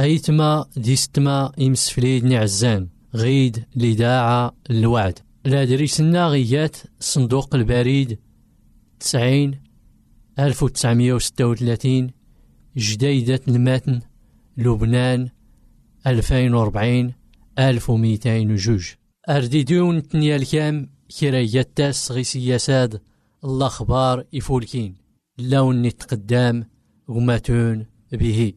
غيتما ديستما يمسفليدني عزان غيد لداعة الوعد لا دريسنا غيات صندوق البريد 90-1936 جديدة المتن لبنان 2040-1202 أرديدون تنيا الكام كرايات تاس غي سياساد الأخبار يفولكين لون نتقدام وماتون به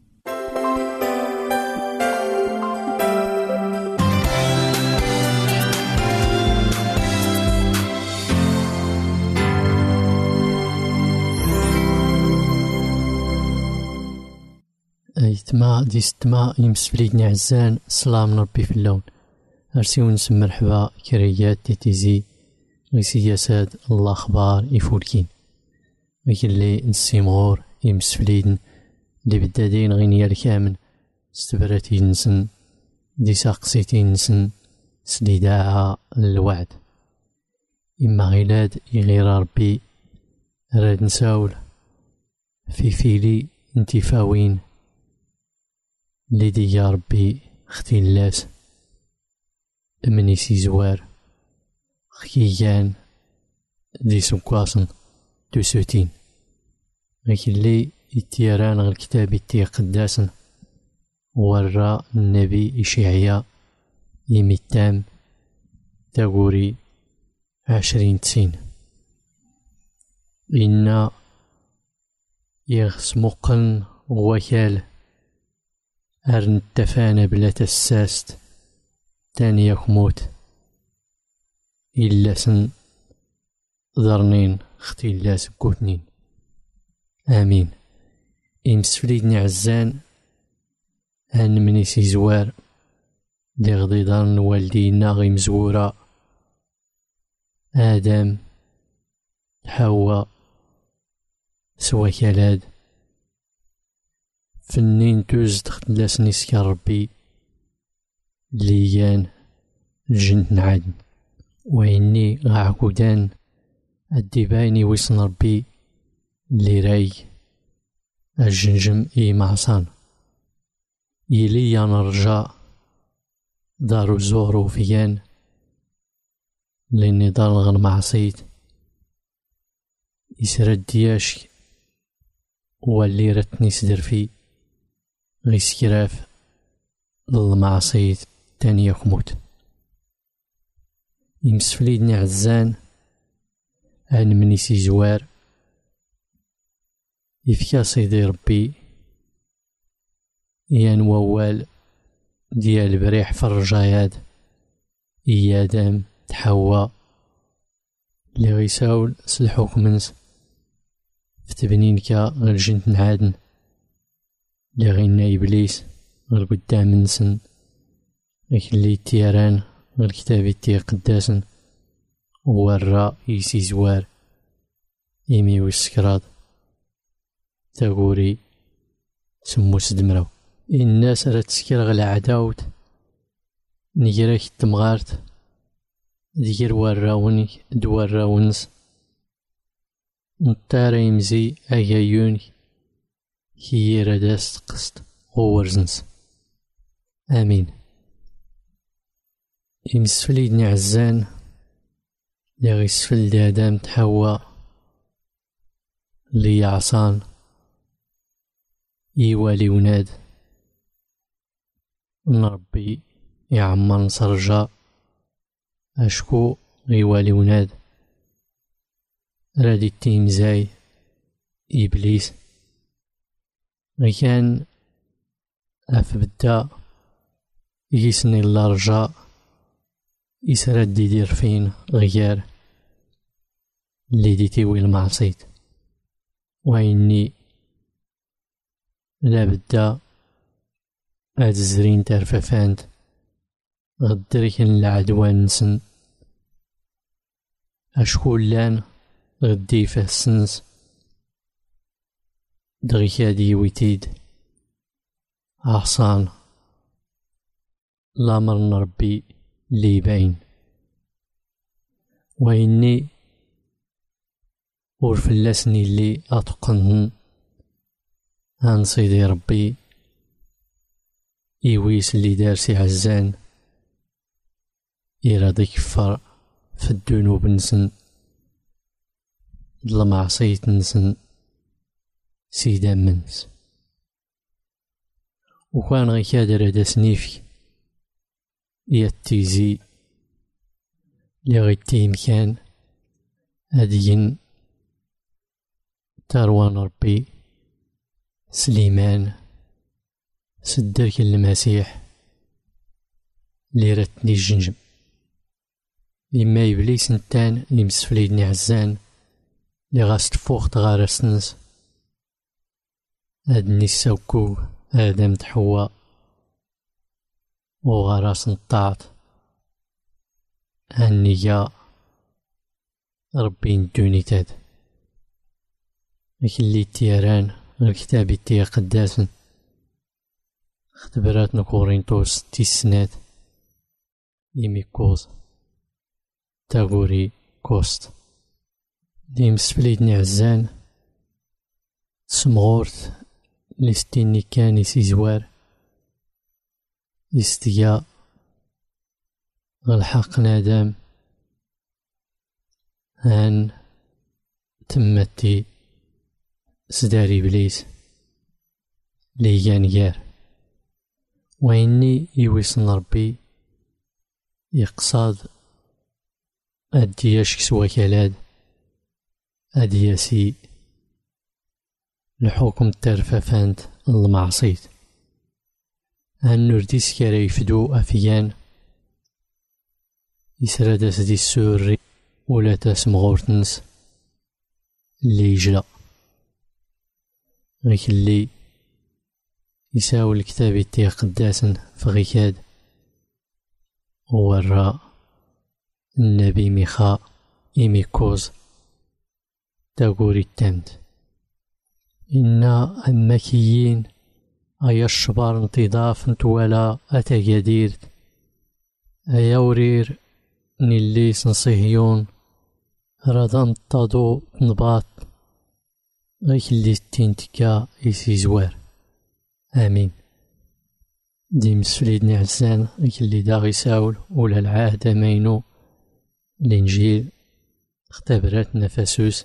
ايتما ديستما يمسفليدني عزان سلام ربي في اللون ارسيون نسم مرحبا كريات تيتيزي غي سياسات الاخبار يفولكين غي اللي نسيمغور يمسفليدن اللي بدادين غينيا الكامن استبراتي نسن دي ساقسيتي نسن سليداعة الوعد إما غيلاد يغير ربي راد نساول في فيلي انتفاوين لدي يا ربي اختي اللاس مني سيزوار خيان دي سكواسن دوسوتين غيك اللي يتيران غير الكتاب يتي قداسن ورا النبي إشعياء يميتام تاغوري 20 تسين إنا يغس مقن وكال أرن التفانة بلا تساست تاني يكموت إلا سن ضرنين اختي الله سكوتنين آمين إمسفليدني عزان هان مني سيزوار دي غضيضان والدينا غي مزورة آدم حواء سوا كالاد فنين توز تختلاس نسكا ربي ليان الجنت نعدن وإني غعكودان الدبايني ويصن ربي اللي راي الجنجم إي معصان يلي نرجع دارو زورو فيان لاني دار غير معصيت يسرد دياش واللي رتني سدر في غيسكراف للمعصيت تاني يكموت يمسفليدني عزان أن مني سيزوار يفكا سيدي ربي يان ووال ديال بريح فرجاياد إيادام تحوى اللي غيساول سلحوك منس فتبنينكا غير جنت نعادن اللي غينا إبليس غير قدام نسن غيك اللي تيران غير كتابي تي قداسن ورا يسي زوار إيمي ويسكراد تاغوري سمو سدمراو الناس راه تسكر غلا عداوت نجراك التمغارت دير وراوني دوراونس نطار يمزي أجايوني كي رداس قسط غورزنس آمين يمسفليدني عزان لي غيسفل دادام تحوى لي عصان يوالي وناد نربي يعمر نصرجا أشكو يوالي وناد رادي التيم زاي إبليس غيكان أفبدا يسني اللارجا يسرد يدير فين غيار اللي ديتيوي المعصيت وإني لابدا هاد الزرين ترففانت غدريكن العدوان نسن أشكول لان غدي فيه السنس دغيكادي ويتيد أحصان لامر نربي لي باين وإني ورفلاسني اللي أتقن عن سيدي ربي إيويس اللي دارسي عزان إراد يكفر في الذنوب نسن المعصية نسن سيدا منس وكان غي كادر هذا سنيفك يتيزي لغيتي مكان هادين تروان ربي سليمان سدرك المسيح اللي راتني الجنجم إما إبليس نتان يمسفليدني عزان اللي غاس تفوخ تغارسنس هاد النسا وكوب آدم تحواء وغراس نطاعت هنيا ربي ندوني تاد لكن اللي تيران الكتاب تي قداسن اختبرات نكورينتوس تيسنات يميكوز تاغوري كوست ديم سفليدني عزان سمغورت لستيني كان يسيزوار يستيا غالحق نادم هان تمتي سداري إبليس ليان يار وإني يويسن ربي يقصاد أدياش كسوا كالاد أدياسي الحكم ترفافانت المعصيت هنورديس كارا يفدو أفيان يسرادس دي السوري ولا تاسمغورتنس اللي يجلا غيك اللي يساوي الكتاب تي قداسن فغيكاد هو الراء النبي ميخا إيميكوز تاغوري التامت إنا المكيين أيا الشبار انتضاف نتوالا أتاقادير أيا ورير نيليس نصيهيون رادان طادو نباط غيك اللي تينتكا يسي زوار آمين دي مسفليدني عزان غيك اللي داغي ساول ولا العهد ماينو الإنجيل اختبرات نفسوس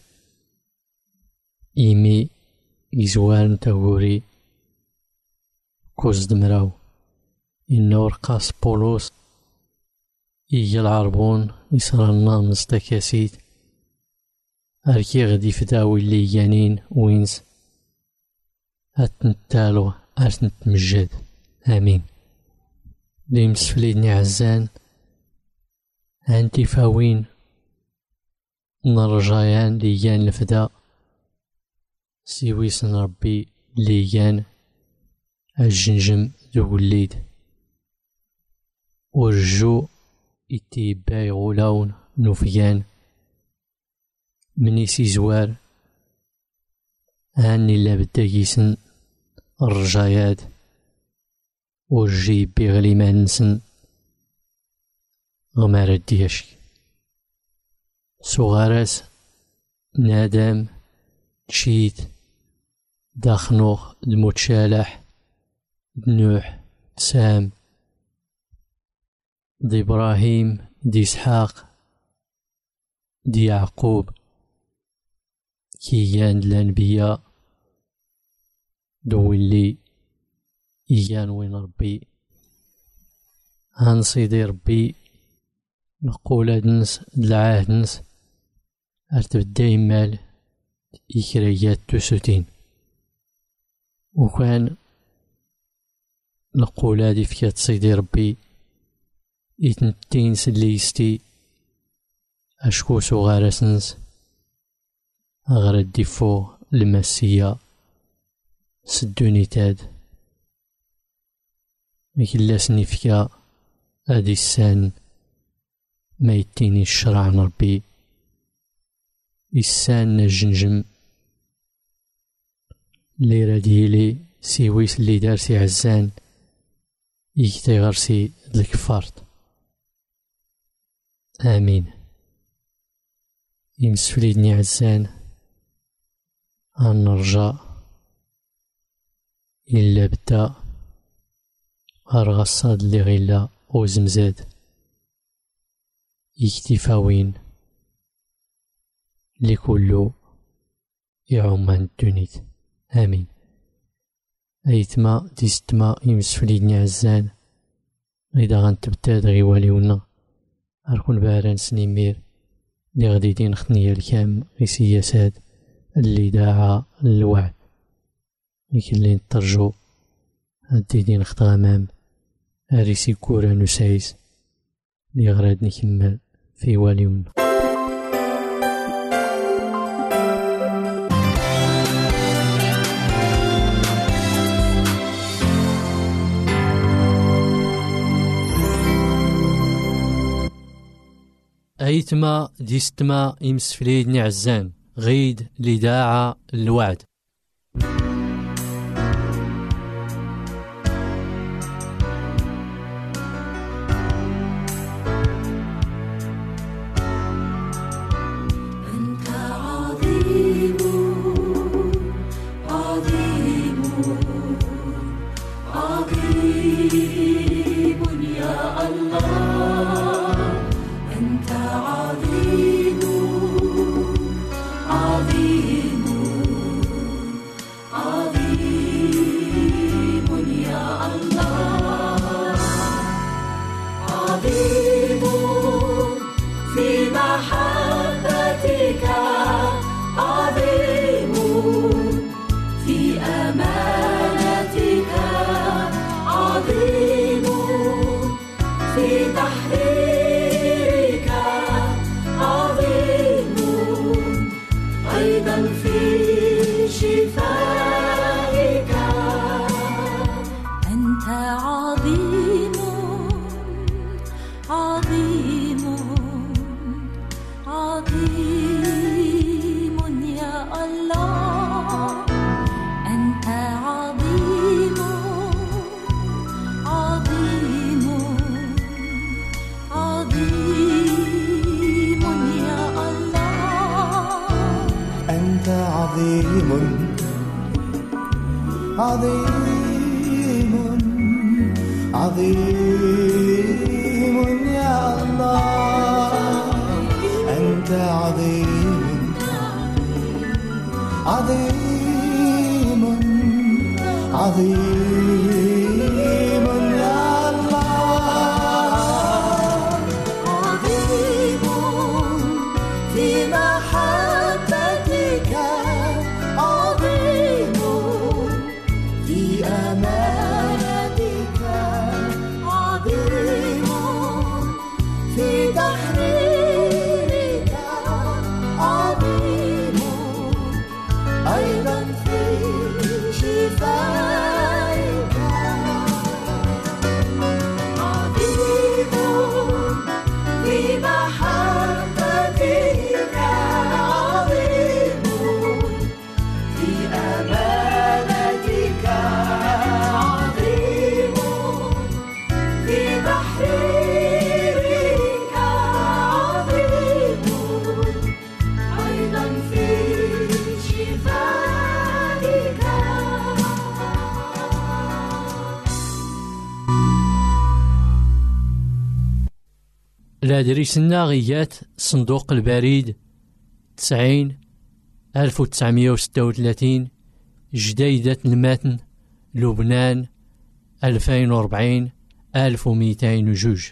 إيمي يزوان تاغوري كوز دمراو إنو رقاس بولوس إيجا العربون يسرالنا مستكاسيت أركي غدي فداوي اللي جانين وينس أتنتالو أتنتمجد آمين دي مسفليدني عزان هانتي فاوين نرجايان لي جان الفدا سيويسن ربي لي جان الجنجم ذو الليد ورجو إتيباي غولاون نوفيان مني سيزوار هاني لابد يسن الرجايات ورجيب بيغلي ما نسن غمار الدياشك صغارس نادم تشيت داخنوخ دموت شالح دنوح سام دي إبراهيم دي إسحاق دي يعقوب كيان الأنبياء دو اللي إيان وين ربي هنصيدي ربي نقول هادنس العاهدنس أرتب دايمال إكريات تسوتين وكان نقول هادي فكات صيدي ربي إتنتين سليستي أشكو صغارسنس أغرى الدفو المسيا سدوني تاد مكلاسني فكا هادي السان ما يتيني الشرع ربي السان الجنجم اللي راديلي سيويس اللي دارسي عزان يكتي غرسي الكفارت آمين يمسفليدني عزان هنرجع إلا بدا أرغصاد اللي غيلا وزمزاد يكتفاوين لكلو يعومان الدنيت. آمين. أيتما ديستما يمسفليدني عزان غيدا غنتبتاد غيواليونا أركون باران سنيمير لي غدي دين خطنيا الكام غي سياسات اللي داعا الوعد اللي نترجو هادي دين خط غمام هاريسي كورا نسايس لي غراد نكمل في واليونا. أيتما ديستما يمسفليدني عزان غيد لداعا الوعد. أنت عظيم عظيم عظيم يا الله. أنت عظيم عظيم عظيم يا الله. عظيم في محبتك، عظيم في أمانتك، عظيم في تحريرك، عظيم أيضا في شفائك. أنت عظيم عظيم عظيم يا الله. أنت عظيم عظيم عظيم يا الله. أنت عظيم عظيم عظيم يا الله. أنت عظيم عظيم عظيم يا الله. عظيم في محبتك، عظيم في أمانتك، عظيم في تحريرك، عظيم أيضا في شفائك. عظيم في محبتك، عظيم في أمانتك، عظيم في تحريرك، عظيم أيضا في شفائك. الأدريسنا غيات صندوق البريد 90-1936 جديدة المتن لبنان 2040-1202.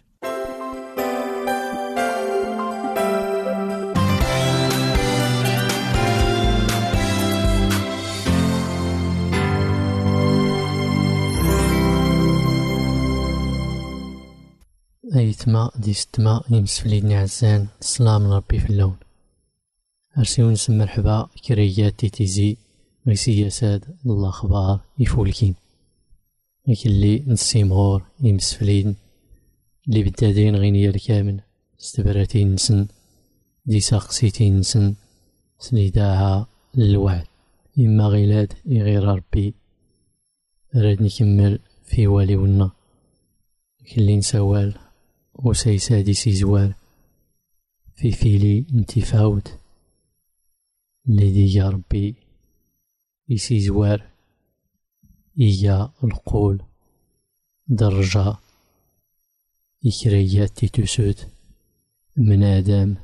أيتما ديستما يمسفليدني عزان السلام من ربي في اللون. أرسيو نسمى مرحبا كريات تيتيزي غي سياسات الأخبار يفولكين غيك اللي نسيمغور يمسفلين اللي بدادين غينيا الكامل استبراتين نسن دي ساقسيتين نسن سنيداها الوعد إما غيلاد غير ربي راد نكمل في واليونا كلي نسوال وسيسادي سيزوال في فيلي انتفاوت الذي يا ربي يسيزوار إيا القول درجة إكريات تيتوسود من آدم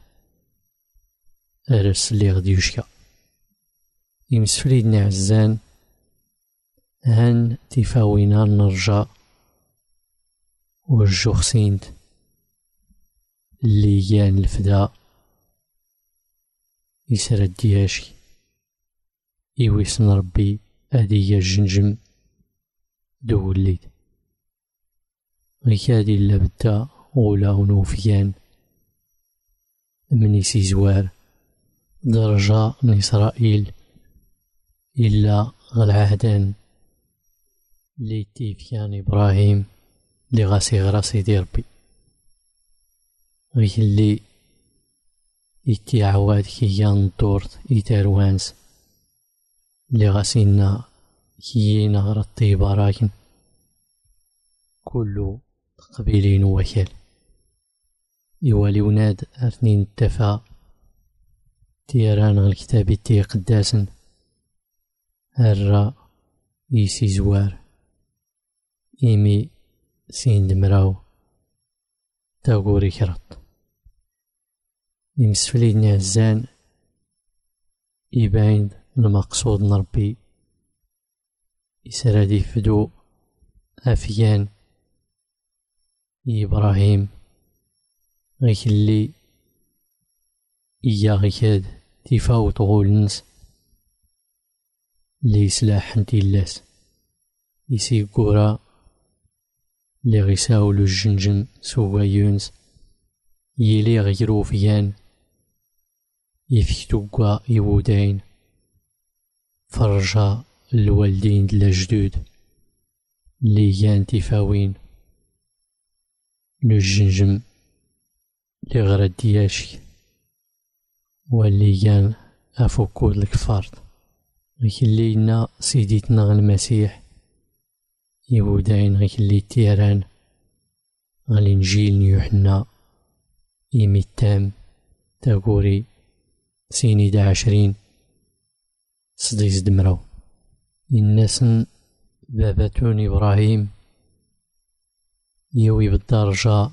أرس اللي غدي يشكى يمسفليدنا عزان هان تفاوينا نرجع والجوخسينت اللي يان الفدا يسرد دياشي يويسن ربي أدي الجنجم دو الليد غيكادي اللبدا ولا ونوفيان من يسيزوار درجة من إسرائيل إلا العهدان لي تيفيان إبراهيم لي غاسي غراسي دي ربي غيك اللي إتي عواد كيان دورت إتاروانس لي غاسينا كيين غرا الطيبة راكن كلو قبيلين وكال إوالي وناد أثنين التفا تيران الكتاب تي قداسن الرا يسي زوار إيمي سين دمراو تاغوري كرط يمسفليدني عزان يباين المقصود نربي يسرادي فدو أفيان إبراهيم غيك اللي إيا غيكاد تفاوت غولنس لي سلاح نتيلاس يسي قورا لي غيساولو الجنجم سوا يونس يلي غيرو فيان يفكتو قوا يودين فرجا الوالدين دلاجدود لي يان تفاوين الجنجم لي غرا دياشي واللي يان أفوكود الكفارت غيك اللي ينا سيديتنا المسيح يهودين غيك اللي تيران غالإنجيل يوحنا يميتام تاغوري سيني 20 صديز دمراو الناسن باباتون إبراهيم يوي بالدرجة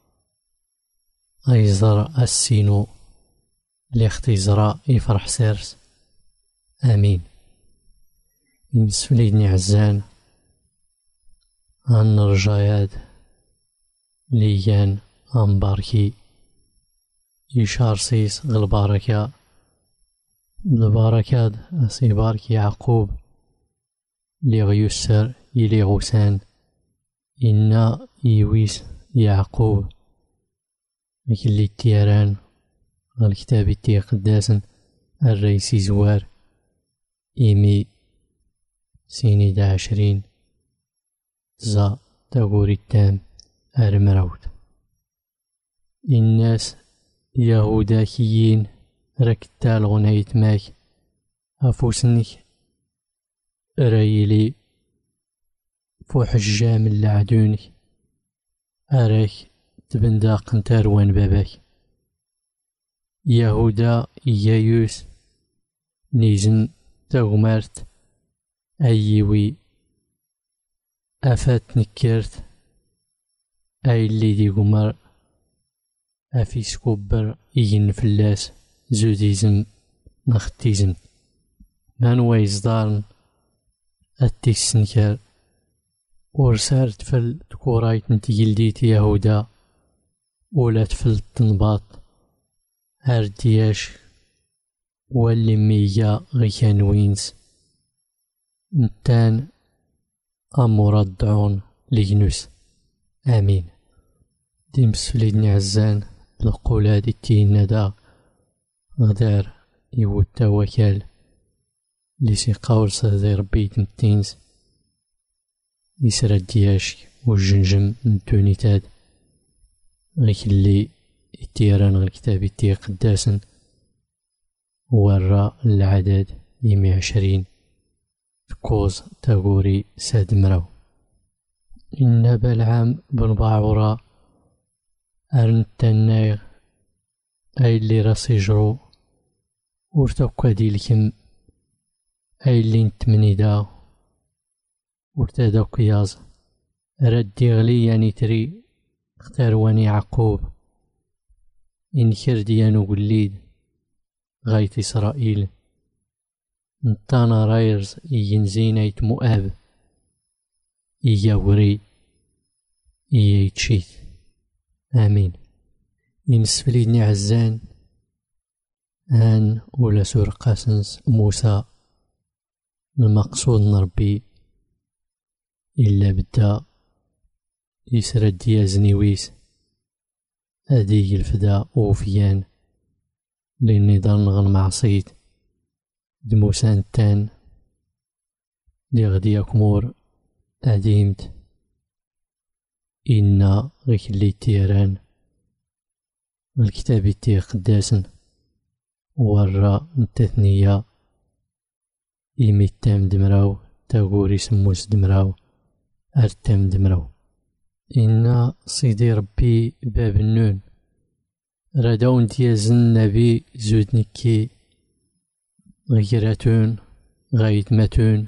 أيزر السينو لاختزراء يفرح سيرس آمين يمسفليدني عزان عن رجايات ليان أمباركي يشار سيس البركة البركات أسيبارك يعقوب لغيسر إلي غسان إنا يويس يعقوب لكن تيران الكتاب تي قداسن الرئيسي زوار إيمي سيني 20 زا تاغوري التام أرمراود الناس يهوداكيين ركتال غنايت ماك أفوسنك رايلي فو حجام اللعدونك أراك تبنداق نتاروان باباك يهودا إيايوس نيزن تاغمارت أيوي أفات نكرت أي اللي دي قمر أفيس كوبر إيجن فلاس زوديزم نختيزم مانوا يزدارن التيسنكر ورسار تفل تكورايت نتجلديت يهودا ولا تفل التنباط هاردياش واللي ميا غيكان وينس نتان أمردعون لجنوس آمين ديمس ليدني عزان القولة دي تينا دا غدار يوتا وكال لسي قول صدي ربي تمتينز يسرى الدياش والجنجم نتونيتاد غيك اللي التيران غير كتابي تي قداسن ورا العدد 120 كوز تاغوري ساد مراو إن بلعام بن باعورا أرنتناغ أي اللي راسي جرو ورتوكا ديلكم أي اللي نتمني دا ورتادو قياز ردي غلي يعني تري اختار واني يعقوب إنكر ديانو قليد غايت إسرائيل نطانا رايرز ينزين ايت مؤاب يوري يتشيت آمين. يمسفليدني عزان آن ولا سور قاسنس موسى المقصود نربي إلا بدا يسرد ديا زنيويس هادي الفدا وفيان لاني ضل معصيت دموسان تان دي غدي كمور أديمت إنا غيك اللي تيران الكتاب تي قداسن ورا التثنية إيميتام دمراو تاغوري سموس دمراو أرتام دمراو إنا سيدي ربي باب النون رادون ديازن نبي زودنكي غيراتون غايتماتون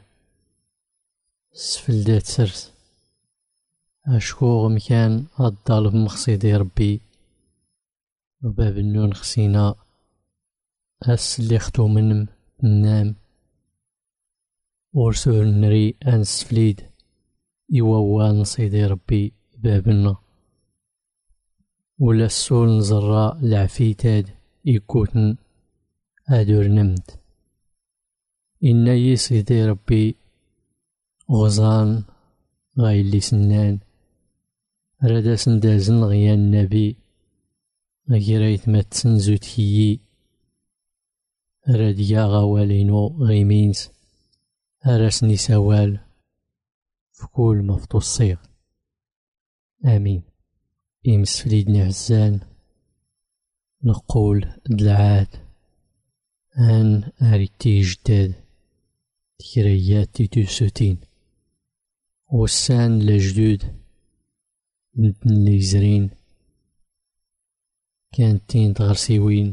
سفل دات سرس أشكوغ مكان الضالب مقصدي ربي باب النون خسينا أس اللي ختو منم ننام ورسول نري أنس فليد إيوا نصيدي ربي بابنا ولا السول نزرا العفيتاد يكوتن أدور نمت إنا يسيدي ربي غزان غايلي سنان رادا سندازن غيان النبي غيريت ماتسن زوتكيي راديا غوالينو غيمينس أرسني سوال فكول مفتو الصيغ آمين. إمسفليدني عزان نقول دلعات أن أريتي جداد تكريات تيتوسوتين والسان لجدود نتن اللي زرين كانتين تغرسيوين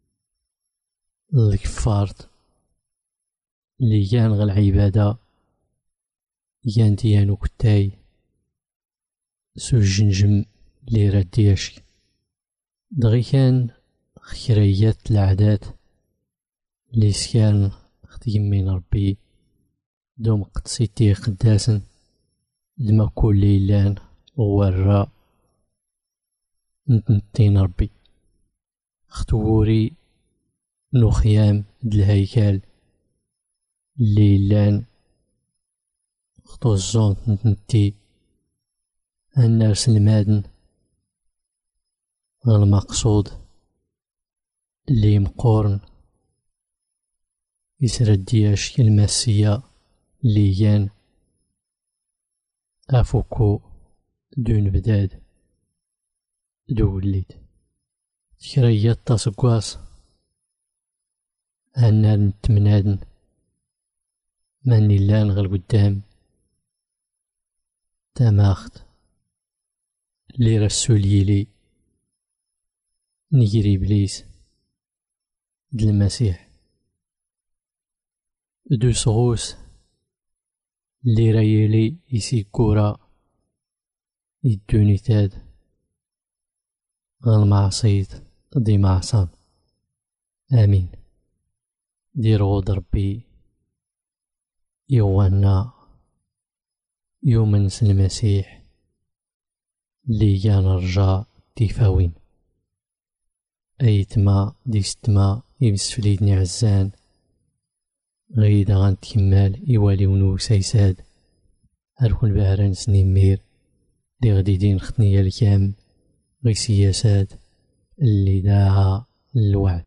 الكفارت اللي كان غا العبادة كان ديانو كتاي سو الجنجم اللي رادياشك دغي كان خيريات العادات اللي سكان خديمين ربي دوم قدسيتي قداسن دما كل ليلان ورا نتنتين ربي ختوري نخيام دالهيكال ليلان خطو الزون نتنتي الناس المادن المقصود اللي مقورن يسرد دياش الماسية اللي يان أفوكو دون بداد دوليد تكريات تاسقواس أنا نتمنادن ماني لان غير قدام تماخت لي رسوليلي نجري بليس دل المسيح دو صغوس لي رايلي يسي كورا يدوني تاد غل معصيت دي معصان آمين. دير غود ربي يوانا يومنس المسيح اللي كان رجاء تيفاوين أيتما ديستما يمسفليدني عزان غيدا غنتكمال يواليونو سيساد هركون بهران سنين مير دي غدي دين ختنية الكام غي سياسات اللي داها الوعد.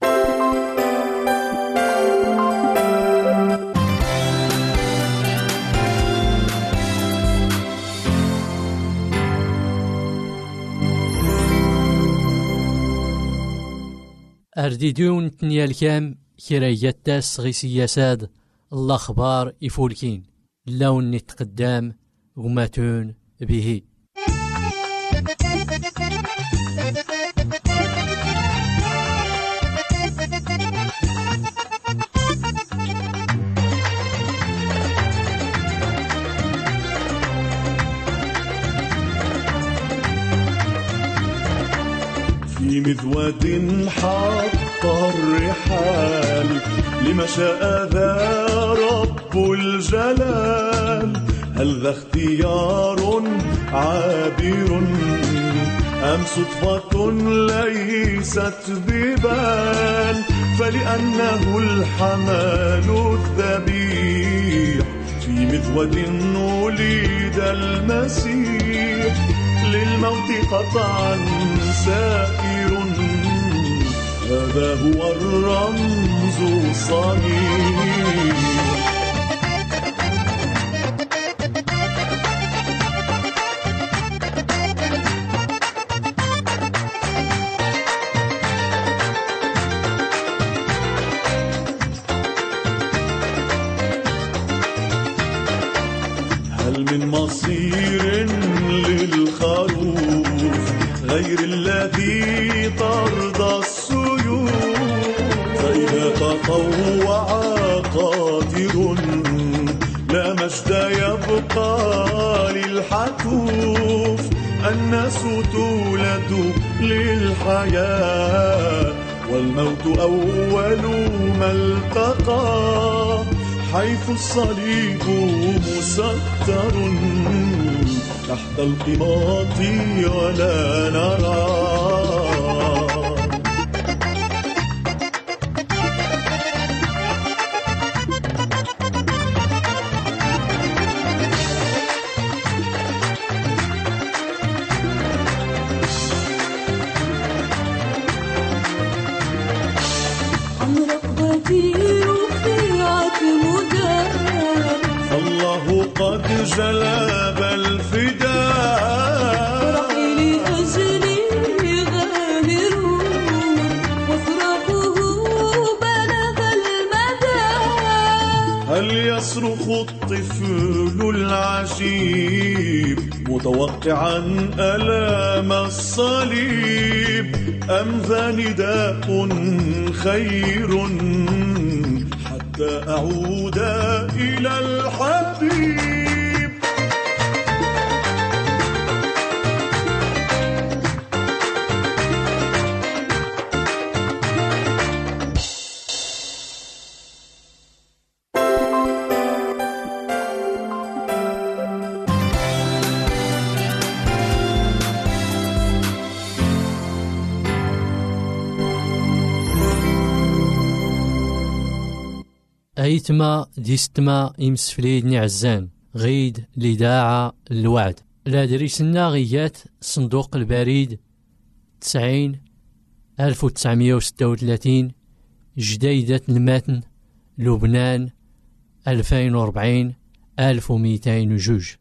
أرديدون تنيا الكام كرايات تاس غي سياسات الأخبار يفولكين اللون نتقدام غماتون به. في مذود حط الرحال لما شاء ذا رب الجلال. هل ذا اختيار عابر أم صدفة ليست ببال؟ فلأنه الحمال الذبيح في مذود ولد المسيح. للموت قطعا سائر هذا هو الرمز الصحيح. هل من مصير للخروف غير الذي طرد السيوف؟ فإذا تطوع قادر لا مجد يبقى للحتوف. الناس تولد للحياة والموت أول ما التقى. حيث الصليب مسطر تحت القماط ولا نرى. عن رغبتي رفعت مدام فالله قد جلب الفداء. فرحي لأجلي غامر وفراقه بلغ المدى. هل يصرخ الطفل العجيب متوقعا ألام الصليب؟ أم ذا نداء خير حتى أعود إلى الحبيب؟ أيتما ديستما إمسفليدني عزان غيد لداعة الوعد. لا دريسنا غيات صندوق البريد 90-1936 جديدة المتن لبنان 2040-1202.